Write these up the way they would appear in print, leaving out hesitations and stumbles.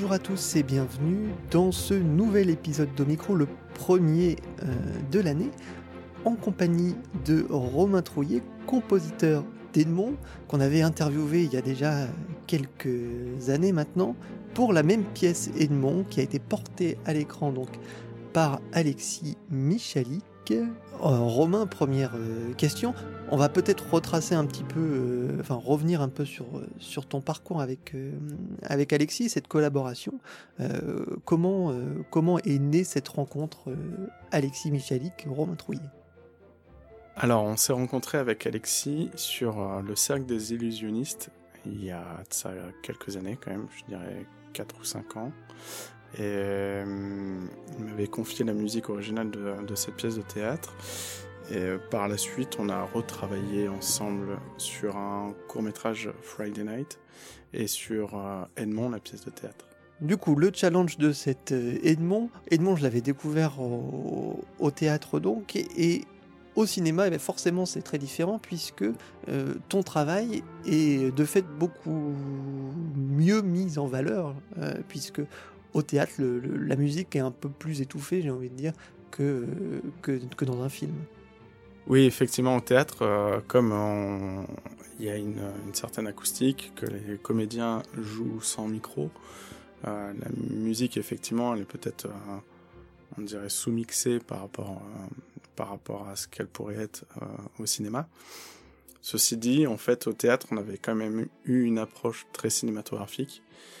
Bonjour à tous et bienvenue dans ce nouvel épisode d'Omicron, le premier de l'année, en compagnie de Romain Trouillet, compositeur d'Edmond, qu'on avait interviewé il y a déjà quelques années maintenant, pour la même pièce Edmond qui a été portée à l'écran donc par Alexis Michalik. Romain, première question. On va peut-être retracer un petit peu, revenir un peu sur ton parcours avec Alexis, cette collaboration. Comment est née cette rencontre Alexis Michalik, Romain Trouillet? Alors, on s'est rencontré avec Alexis sur le Cercle des Illusionnistes, il y a de ça quelques années quand même, je dirais 4 ou 5 ans. Et il m'avait confié la musique originale de cette pièce de théâtre. Et par la suite, on a retravaillé ensemble sur un court-métrage Friday Night et sur Edmond, la pièce de théâtre. Du coup, le challenge de cet Edmond, je l'avais découvert au théâtre donc, et au cinéma, forcément c'est très différent puisque ton travail est de fait beaucoup mieux mis en valeur, puisque au théâtre, la musique est un peu plus étouffée, j'ai envie de dire, que dans un film. Oui, effectivement, au théâtre, comme il y a une certaine acoustique, que les comédiens jouent sans micro, la musique, effectivement, elle est peut-être, on dirait, sous-mixée par rapport à ce qu'elle pourrait être au cinéma. Ceci dit, en fait, au théâtre, on avait quand même eu une approche très cinématographique,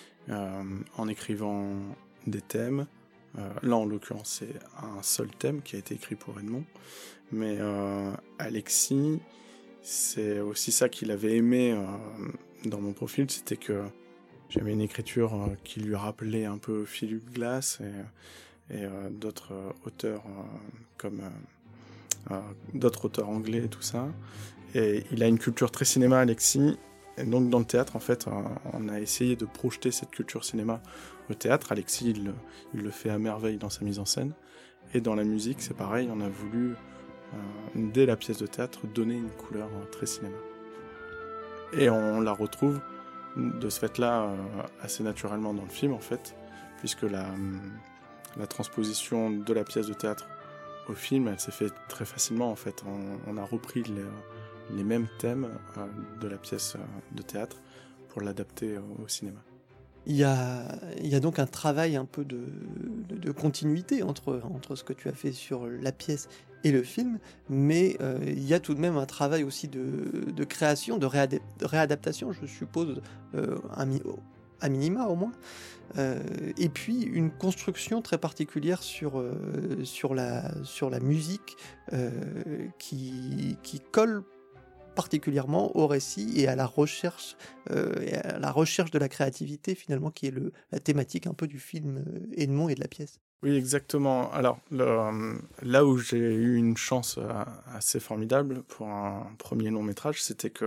en écrivant des thèmes. Là, en l'occurrence, c'est un seul thème qui a été écrit pour Edmond. Mais Alexis, c'est aussi ça qu'il avait aimé dans mon profil, c'était que j'avais une écriture qui lui rappelait un peu Philip Glass et d'autres auteurs comme d'autres auteurs anglais et tout ça. Et il a une culture très cinéma, Alexis. Et donc dans le théâtre, en fait, on a essayé de projeter cette culture cinéma au théâtre. Alexis, il le fait à merveille dans sa mise en scène. Et dans la musique, c'est pareil, on a voulu, dès la pièce de théâtre, donner une couleur très cinéma. Et on la retrouve de ce fait-là assez naturellement dans le film, en fait, puisque la transposition de la pièce de théâtre au film, elle s'est faite très facilement, en fait. On a repris les mêmes thèmes de la pièce de théâtre pour l'adapter au cinéma. Il y a donc un travail un peu de continuité entre ce que tu as fait sur la pièce et le film, mais il y a tout de même un travail aussi de création, de réadaptation, je suppose, à minima au moins, et puis une construction très particulière sur la musique qui colle particulièrement au récit et à la recherche de la créativité finalement, qui est la thématique un peu du film Edmond et de la pièce. Oui, exactement. Alors, là où j'ai eu une chance assez formidable pour un premier long métrage, c'était que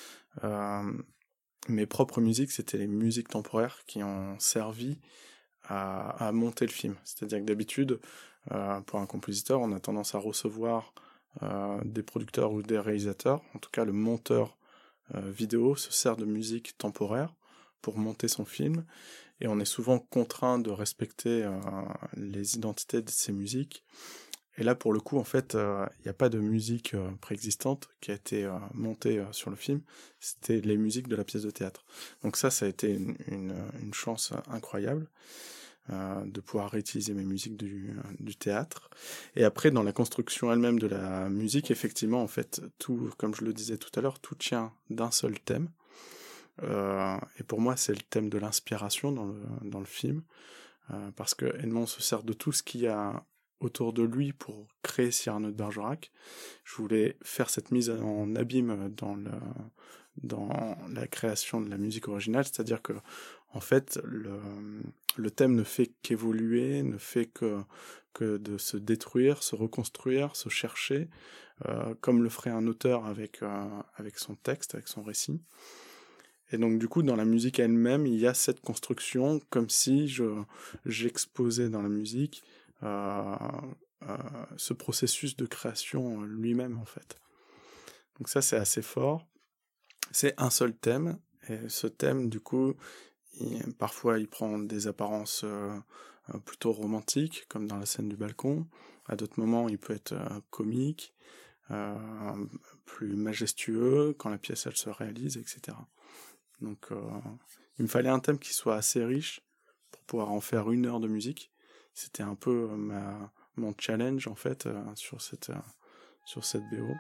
mes propres musiques, c'était les musiques temporaires qui ont servi à monter le film. C'est-à-dire que d'habitude, pour un compositeur, on a tendance à recevoir des producteurs ou des réalisateurs, en tout cas le monteur vidéo se sert de musique temporaire pour monter son film, et on est souvent contraint de respecter les identités de ces musiques. Et là, pour le coup, en fait, il n'y a pas de musique préexistante qui a été montée sur le film, c'était les musiques de la pièce de théâtre. Donc ça a été une chance incroyable. De pouvoir réutiliser mes musiques du théâtre. Et après, dans la construction elle-même de la musique, effectivement, en fait, tout, comme je le disais tout à l'heure, tout tient d'un seul thème. Et pour moi, c'est le thème de l'inspiration dans le film, parce que Edmond se sert de tout ce qu'il y a autour de lui pour créer Cyrano de Bergerac. Je voulais faire cette mise en abîme dans la création de la musique originale, c'est-à-dire que en fait, le thème ne fait qu'évoluer, ne fait que de se détruire, se reconstruire, se chercher, comme le ferait un auteur avec son texte, avec son récit. Et donc du coup, dans la musique elle-même, il y a cette construction, comme si j'exposais dans la musique ce processus de création lui-même, en fait. Donc ça, c'est assez fort. C'est un seul thème, et ce thème, du coup, parfois il prend des apparences plutôt romantiques, comme dans la scène du balcon. À d'autres moments, il peut être comique, plus majestueux quand la pièce elle se réalise, etc. Donc il me fallait un thème qui soit assez riche pour pouvoir en faire 1 heure de musique. C'était un peu mon challenge en fait sur cette BO.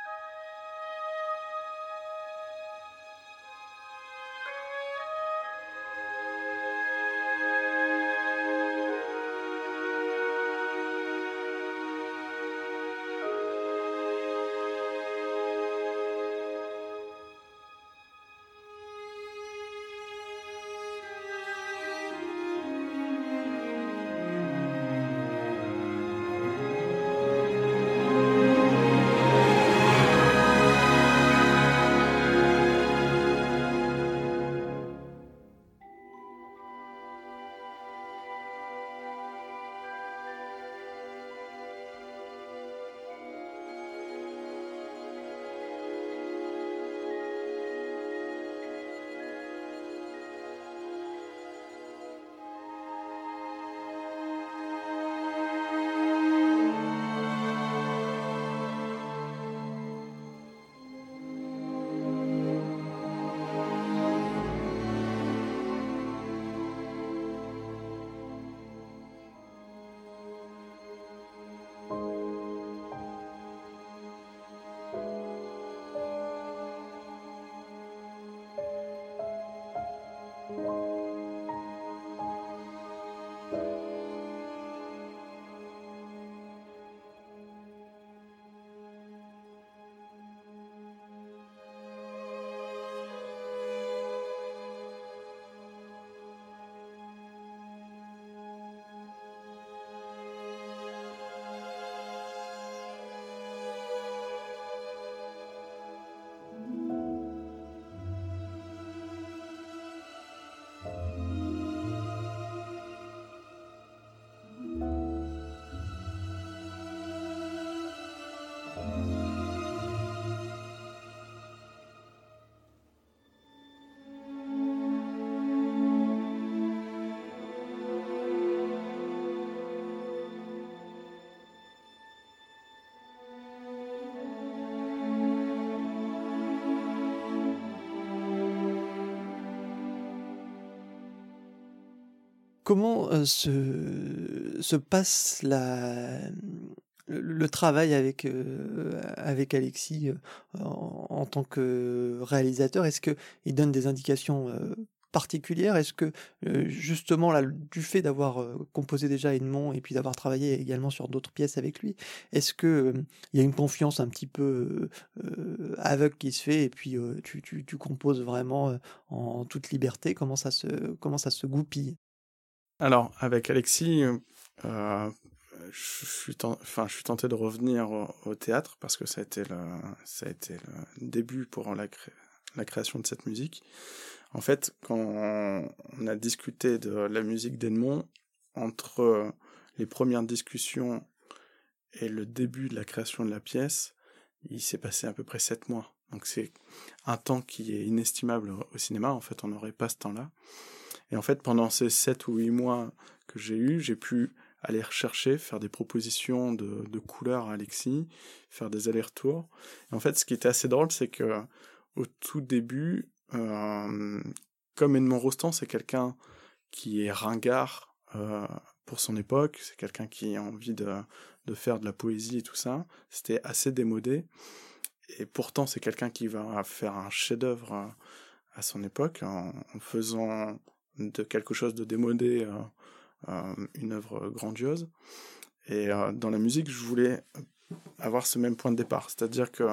Comment se passe le travail avec Alexis en tant que réalisateur? Est-ce qu'il donne des indications particulières? Est-ce que justement là, du fait d'avoir composé déjà Edmond et puis d'avoir travaillé également sur d'autres pièces avec lui, est-ce que il y a une confiance un petit peu aveugle qui se fait et puis tu composes vraiment en toute liberté? Comment ça se goupille? Alors, avec Alexis, je suis tenté de revenir au théâtre parce que ça a été le début pour la création de cette musique. En fait, quand on a discuté de la musique d'Edmond, entre les premières discussions et le début de la création de la pièce, il s'est passé à peu près 7 mois. Donc c'est un temps qui est inestimable au cinéma. En fait, on n'aurait pas ce temps-là. Et en fait, pendant ces 7 ou 8 mois que j'ai pu aller rechercher, faire des propositions de couleurs à Alexis, faire des allers-retours. Et en fait, ce qui était assez drôle, c'est que au tout début, comme Edmond Rostand, c'est quelqu'un qui est ringard pour son époque, c'est quelqu'un qui a envie de faire de la poésie et tout ça, c'était assez démodé. Et pourtant, c'est quelqu'un qui va faire un chef-d'œuvre à son époque en faisant de quelque chose de démodé une œuvre grandiose. Et dans la musique, je voulais avoir ce même point de départ, c'est-à-dire que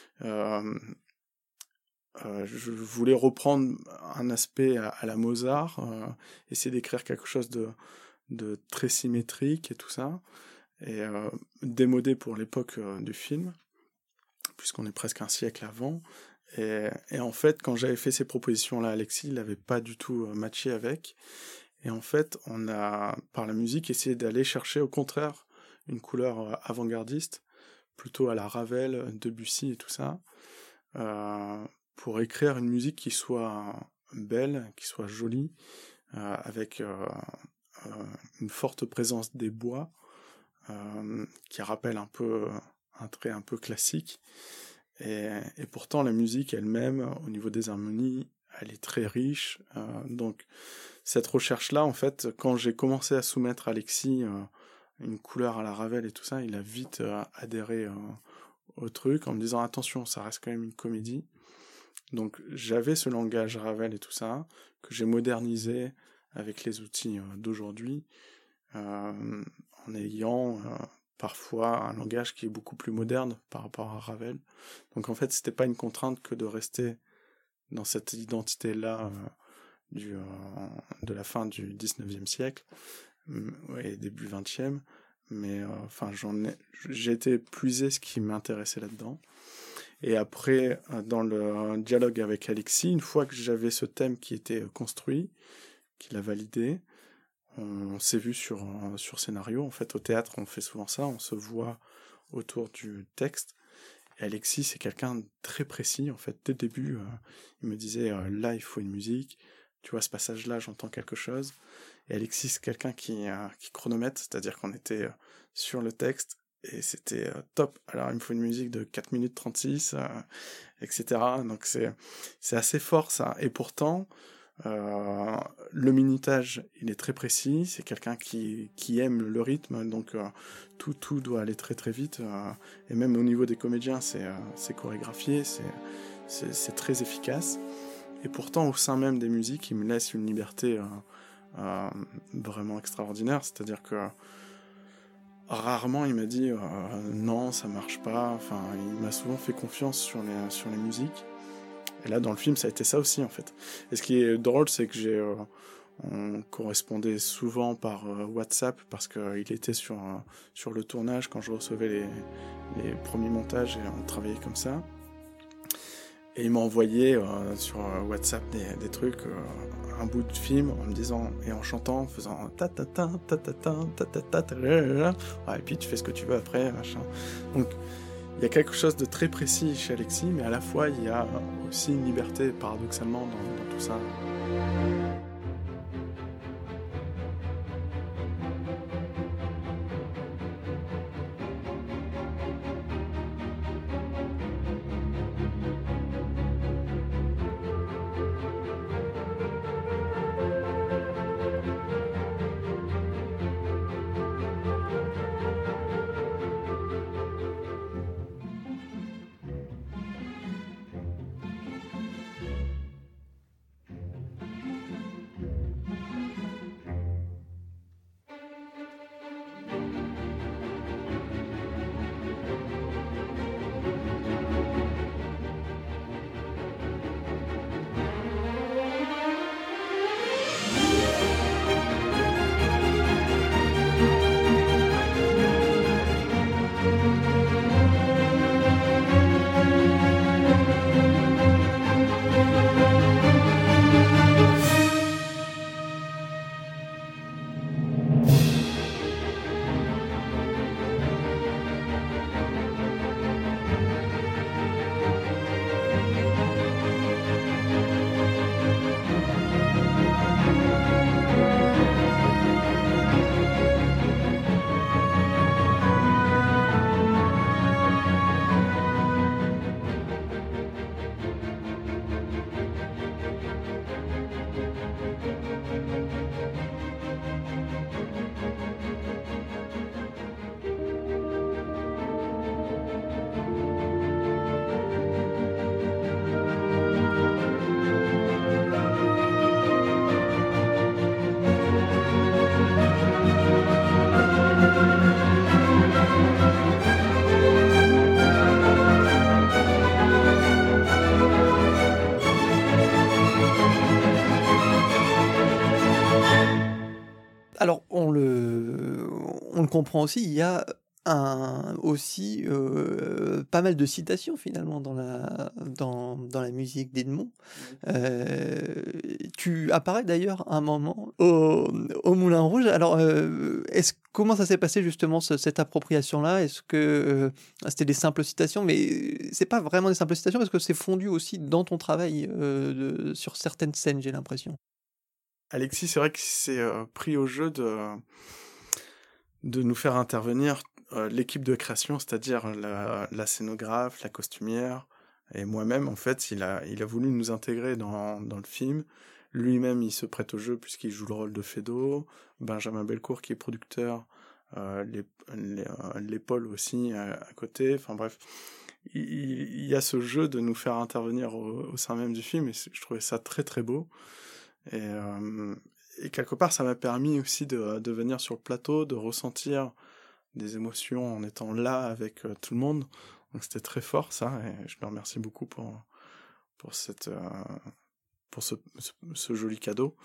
je voulais reprendre un aspect à la Mozart, essayer d'écrire quelque chose de très symétrique et tout ça, et démodé pour l'époque du film, puisqu'on est presque un siècle avant. Et en fait, quand j'avais fait ces propositions-là, Alexis, il n'avait pas du tout matché avec. Et en fait, on a, par la musique, essayé d'aller chercher, au contraire, une couleur avant-gardiste, plutôt à la Ravel, Debussy et tout ça, pour écrire une musique qui soit belle, qui soit jolie, avec une forte présence des bois, qui rappelle un peu un trait un peu classique. Et pourtant, la musique elle-même, au niveau des harmonies, elle est très riche. Donc, cette recherche-là, en fait, quand j'ai commencé à soumettre à Alexis une couleur à la Ravel et tout ça, il a vite adhéré au truc en me disant attention, ça reste quand même une comédie. Donc, j'avais ce langage Ravel et tout ça, que j'ai modernisé avec les outils d'aujourd'hui, en ayant parfois un langage qui est beaucoup plus moderne par rapport à Ravel. Donc en fait, c'était pas une contrainte que de rester dans cette identité-là de la fin du 19e siècle et début 20e, mais j'ai été puiser ce qui m'intéressait là-dedans. Et après, dans le dialogue avec Alexis, une fois que j'avais ce thème qui était construit, qu'il a validé, on s'est vu sur scénario. En fait, au théâtre, on fait souvent ça, on se voit autour du texte. Et Alexis, c'est quelqu'un de très précis. En fait, dès le début, il me disait là, il faut une musique. Tu vois, ce passage-là, j'entends quelque chose. Et Alexis, c'est quelqu'un qui chronomètre, c'est-à-dire qu'on était sur le texte et c'était top. Alors, il me faut une musique de 4 minutes 36, etc. Donc, c'est assez fort, ça. Et pourtant, le minutage, il est très précis, c'est quelqu'un qui aime le rythme, donc tout doit aller très très vite, et même au niveau des comédiens, c'est chorégraphié, c'est très efficace, et pourtant au sein même des musiques, il me laisse une liberté vraiment extraordinaire, c'est-à-dire que rarement il m'a dit non, ça marche pas, enfin il m'a souvent fait confiance sur les musiques. Et là, dans le film, ça a été ça aussi, en fait. Et ce qui est drôle, c'est que on correspondait souvent par WhatsApp, parce qu'il était sur le tournage quand je recevais les premiers montages, et on travaillait comme ça. Et il m'a envoyé sur WhatsApp des trucs, un bout de film, en me disant, et en chantant, en faisant ta-ta-ta, ta-ta-ta, ta-ta-ta, ta-ta-ta, et puis tu fais ce que tu veux après, machin. Donc, il y a quelque chose de très précis chez Alexis, mais à la fois, il y a aussi une liberté, paradoxalement, dans tout ça. Alors, on le comprend aussi, il y a aussi pas mal de citations finalement dans la musique d'Edmond. Tu apparais d'ailleurs un moment au Moulin Rouge. Alors, comment ça s'est passé justement cette appropriation-là? Est-ce que c'était des simples citations? Mais c'est pas vraiment des simples citations parce que c'est fondu aussi dans ton travail sur certaines scènes, j'ai l'impression. Alexis, c'est vrai qu'il s'est pris au jeu de nous faire intervenir l'équipe de création, c'est-à-dire la scénographe, la costumière, et moi-même, en fait, il a voulu nous intégrer dans le film. Lui-même, il se prête au jeu puisqu'il joue le rôle de Fédo. Benjamin Belcourt, qui est producteur, l'épaule aussi à côté. Enfin bref, il y a ce jeu de nous faire intervenir au sein même du film, et je trouvais ça très très beau. Et quelque part, ça m'a permis aussi de venir sur le plateau, de ressentir des émotions en étant là avec tout le monde. Donc c'était très fort ça, et je le remercie beaucoup pour ce joli cadeau.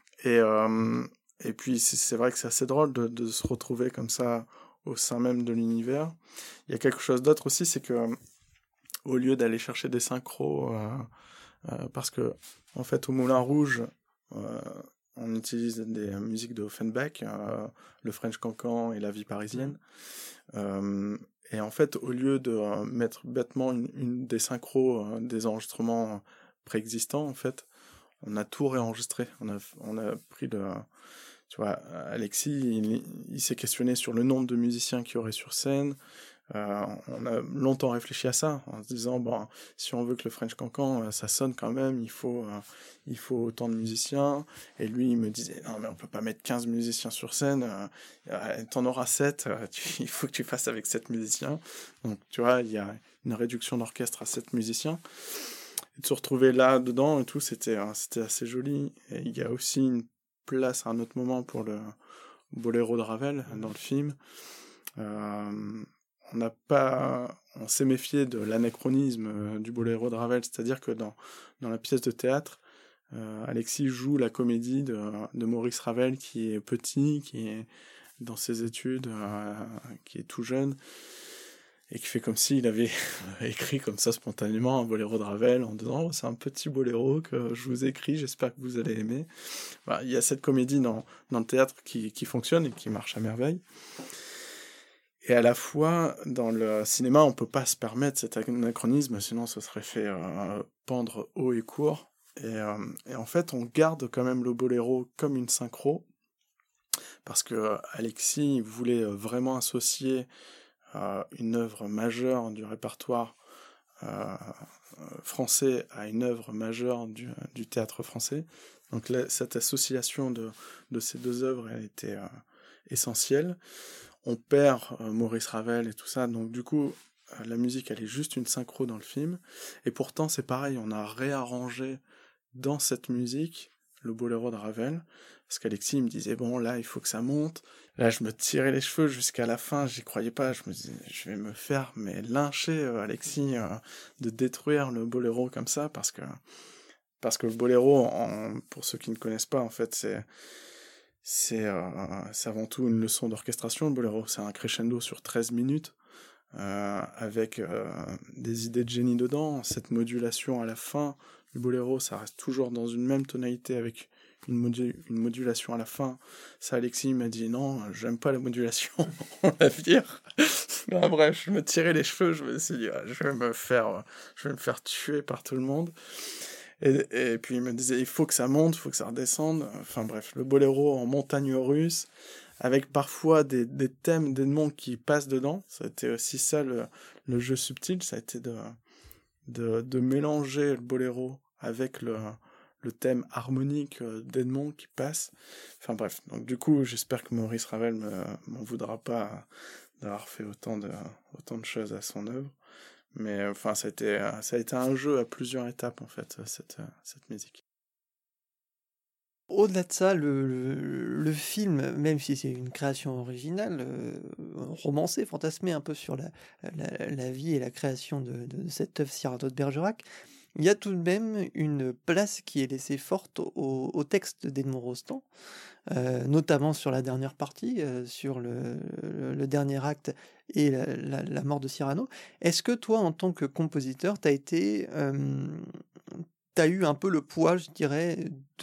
Et puis c'est vrai que c'est assez drôle de se retrouver comme ça au sein même de l'univers. Il y a quelque chose d'autre aussi, c'est que au lieu d'aller chercher des synchros, parce que en fait au Moulin Rouge, on utilise des musiques de Offenbach, le French Cancan et la vie parisienne. Et en fait, au lieu de mettre bêtement une des synchros, des enregistrements préexistants, en fait, on a tout réenregistré. On a pris tu vois, Alexis, il s'est questionné sur le nombre de musiciens qu'il y aurait sur scène. On a longtemps réfléchi à ça, en se disant, bon, si on veut que le French Cancan, ça sonne quand même, il faut autant de musiciens. Et lui, il me disait, non, mais on peut pas mettre 15 musiciens sur scène, t'en auras 7, il faut que tu fasses avec 7 musiciens. Donc, tu vois, il y a une réduction d'orchestre à 7 musiciens. Et de se retrouver là-dedans et tout, c'était assez joli. Et il y a aussi une place à un autre moment pour le boléro de Ravel dans le film. On s'est méfié de l'anachronisme du boléro de Ravel, c'est-à-dire que dans la pièce de théâtre, Alexis joue la comédie de Maurice Ravel, qui est petit, qui est dans ses études, qui est tout jeune, et qui fait comme s'il avait écrit comme ça spontanément un boléro de Ravel en disant, oh, c'est un petit boléro que je vous écris, j'espère que vous allez aimer. Voilà, il y a cette comédie dans le théâtre qui fonctionne et qui marche à merveille. Et à la fois, dans le cinéma, on peut pas se permettre cet anachronisme, sinon ça serait fait pendre haut et court. Et en fait, on garde quand même le boléro comme une synchro, parce que Alexis voulait vraiment associer une œuvre majeure du répertoire français à une œuvre majeure du théâtre français. Donc cette association de ces deux œuvres, elle était essentielle. On perd Maurice Ravel et tout ça, donc du coup, la musique, elle est juste une synchro dans le film, et pourtant, c'est pareil, on a réarrangé dans cette musique le boléro de Ravel, parce qu'Alexis me disait, bon, là, il faut que ça monte. Là, je me tirais les cheveux jusqu'à la fin, j'y croyais pas, je me disais, je vais me faire lyncher, Alexis, de détruire le boléro comme ça, parce que le boléro, pour ceux qui ne connaissent pas, en fait, c'est avant tout une leçon d'orchestration. Le boléro, c'est un crescendo sur 13 minutes, avec des idées de génie dedans. Cette modulation à la fin du boléro, ça reste toujours dans une même tonalité avec une modulation à la fin. Ça, Alexis m'a dit, non, j'aime pas la modulation, on va dire. Bref, je me tirais les cheveux, je me suis dit, je vais me faire tuer par tout le monde. Et puis il me disait, il faut que ça monte, il faut que ça redescende. Enfin bref, le boléro en montagne russe, avec parfois des thèmes d'Edmond qui passent dedans. Ça a été aussi ça le jeu subtil, ça a été de mélanger le boléro avec le thème harmonique d'Edmond qui passe. Enfin bref, donc du coup, j'espère que Maurice Ravel m'en voudra pas d'avoir fait autant de choses à son œuvre. Mais enfin, ça a été un jeu à plusieurs étapes, en fait, cette musique. Au-delà de ça, le film, même si c'est une création originale, romancée, fantasmée un peu sur la vie et la création de cette œuvre Cyrano de Bergerac, il y a tout de même une place qui est laissée forte au texte d'Edmond Rostand. notamment sur la dernière partie, sur le dernier acte et la mort de Cyrano. Est-ce que toi, en tant que compositeur, t'as eu un peu le poids, je dirais,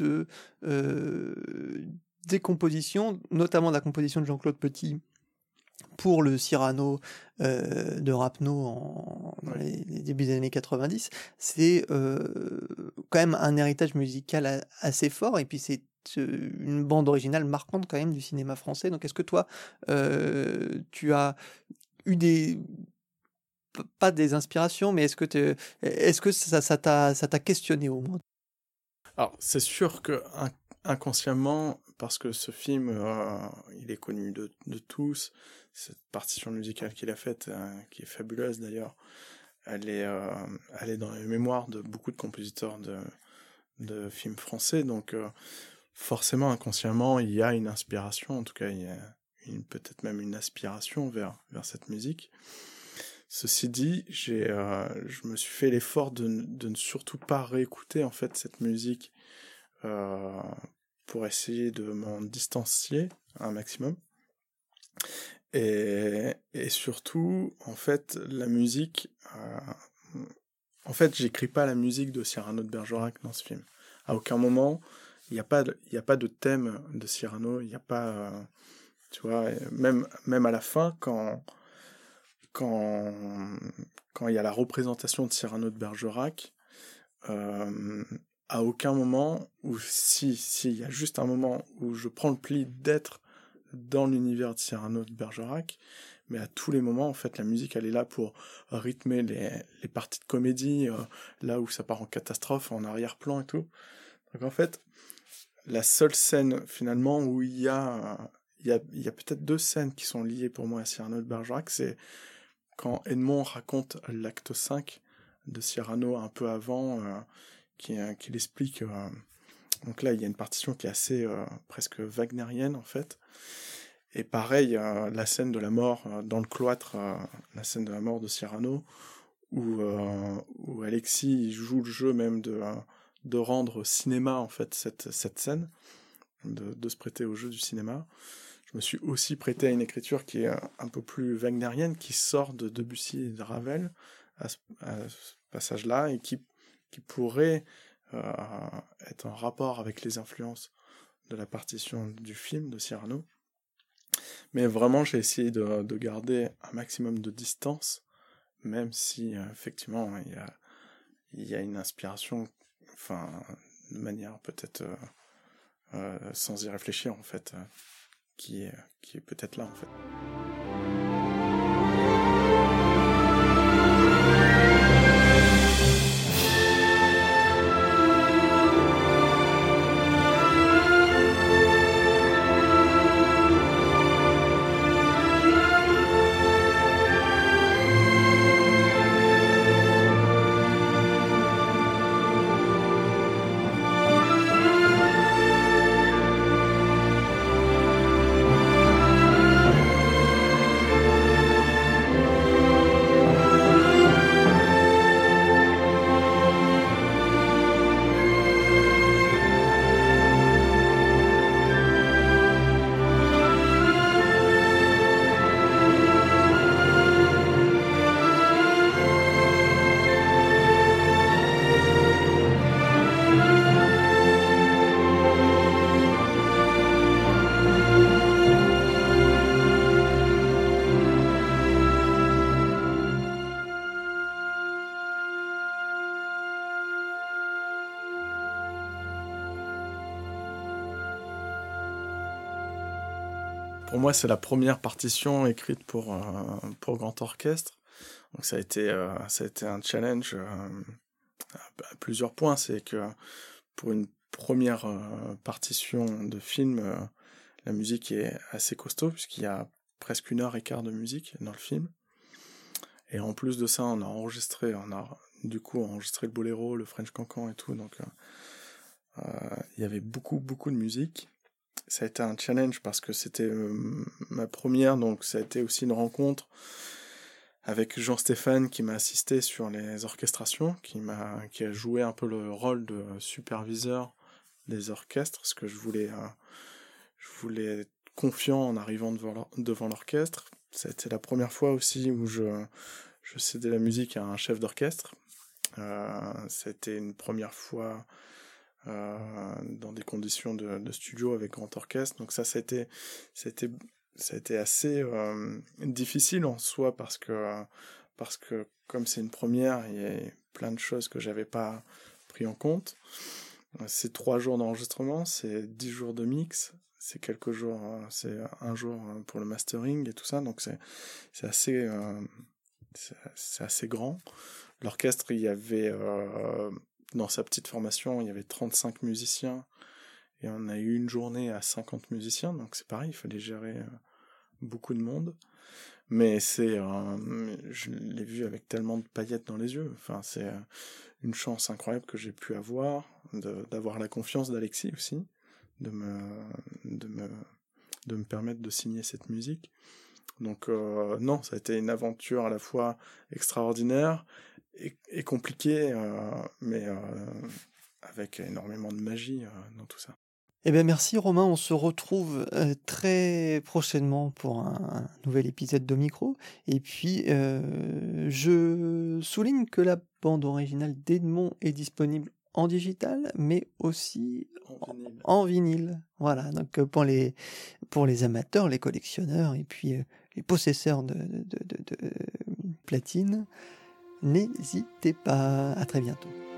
des compositions, notamment la composition de Jean-Claude Petit pour le Cyrano de Rapneau dans les débuts des années 90, c'est quand même un héritage musical assez fort, et puis c'est une bande originale marquante quand même du cinéma français. Donc est-ce que toi, tu as eu pas des inspirations, mais est-ce que ça t'a questionné au moins? Alors, c'est sûr que inconsciemment, parce que ce film, il est connu de tous, cette partition musicale qu'il a faite, qui est fabuleuse d'ailleurs, elle est dans les mémoires de beaucoup de compositeurs de films français, donc forcément, inconsciemment, il y a une inspiration, en tout cas, il y a peut-être même une aspiration vers cette musique. Ceci dit, je me suis fait l'effort de ne surtout pas réécouter en fait cette musique pour essayer de m'en distancier un maximum. Et surtout, en fait, la musique... en fait, j'écris pas la musique de Cyrano de Bergerac dans ce film. À aucun moment, il n'y a pas de thème de Cyrano, il n'y a pas... tu vois, même à la fin, quand il y a la représentation de Cyrano de Bergerac, à aucun moment, ou si il y a juste un moment où je prends le pli d'être dans l'univers de Cyrano de Bergerac, mais à tous les moments, en fait, la musique, elle est là pour rythmer les parties de comédie, là où ça part en catastrophe, en arrière-plan et tout. Donc en fait, la seule scène, finalement, où il y a peut-être 2 scènes qui sont liées pour moi à Cyrano de Bergerac, c'est quand Edmond raconte l'acte 5 de Cyrano un peu avant, qu'il explique... donc là, il y a une partition qui est assez presque wagnérienne, en fait. Et pareil, la scène de la mort dans le cloître, la scène de la mort de Cyrano, où Alexis joue le jeu même de rendre cinéma, en fait, cette scène, de se prêter au jeu du cinéma. Je me suis aussi prêté à une écriture qui est un peu plus wagnérienne, qui sort de Debussy et de Ravel à ce passage-là, et qui pourrait être en rapport avec les influences de la partition du film de Cyrano. Mais vraiment, j'ai essayé de garder un maximum de distance, même si effectivement il y a une inspiration, enfin, de manière peut-être sans y réfléchir en fait, qui est peut-être là en fait. Pour moi, c'est la première partition écrite pour grand orchestre. Donc ça a été un challenge à plusieurs points. C'est que pour une première partition de film, la musique est assez costaud, puisqu'il y a presque 1h15 de musique dans le film. Et en plus de ça, on a enregistré le boléro, le French Cancan et tout. Donc il y avait beaucoup de musique. Ça a été un challenge parce que c'était ma première, donc ça a été aussi une rencontre avec Jean-Stéphane qui m'a assisté sur les orchestrations, qui a joué un peu le rôle de superviseur des orchestres, parce que je voulais voulais être confiant en arrivant devant l'orchestre. C'était la première fois aussi où je cédais la musique à un chef d'orchestre. C'était une première fois dans des conditions de studio avec grand orchestre. Donc ça a été assez difficile en soi parce que comme c'est une première, il y a plein de choses que j'avais pas pris en compte. C'est 3 jours d'enregistrement, c'est 10 jours de mix, c'est quelques jours, c'est un jour pour le mastering et tout ça, donc c'est assez grand. L'orchestre, il y avait dans sa petite formation, il y avait 35 musiciens et on a eu une journée à 50 musiciens, donc c'est pareil, il fallait gérer beaucoup de monde. Mais je l'ai vu avec tellement de paillettes dans les yeux. Enfin, c'est une chance incroyable que j'ai pu avoir, d'avoir la confiance d'Alexis aussi, de me permettre de signer cette musique. Donc non, ça a été une aventure à la fois extraordinaire et compliquée, mais avec énormément de magie dans tout ça. Eh bien, merci Romain, on se retrouve très prochainement pour un nouvel épisode d'Omicro. Et puis, je souligne que la bande originale d'Edmond est disponible en digital, mais aussi en vinyle. Voilà, donc pour les amateurs, les collectionneurs et puis les possesseurs de platine, n'hésitez pas. À très bientôt.